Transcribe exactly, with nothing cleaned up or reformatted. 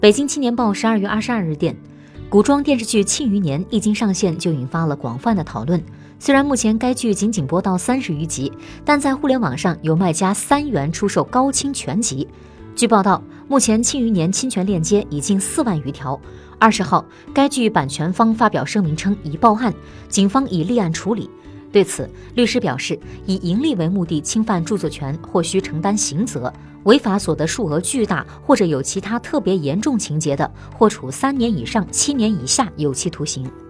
北京青年报十二月二十二日电，古装电视剧《庆余年》一经上线就引发了广泛的讨论。虽然目前该剧仅仅播到三十余集，但在互联网上有卖家三元出售高清全集。据报道，目前《庆余年》侵权链接已近四万余条。二十号，该剧版权方发表声明称已报案，警方已立案处理。对此，律师表示，以盈利为目的侵犯著作权或需承担刑责，违法所得数额巨大或者有其他特别严重情节的，或处三年以上七年以下有期徒刑。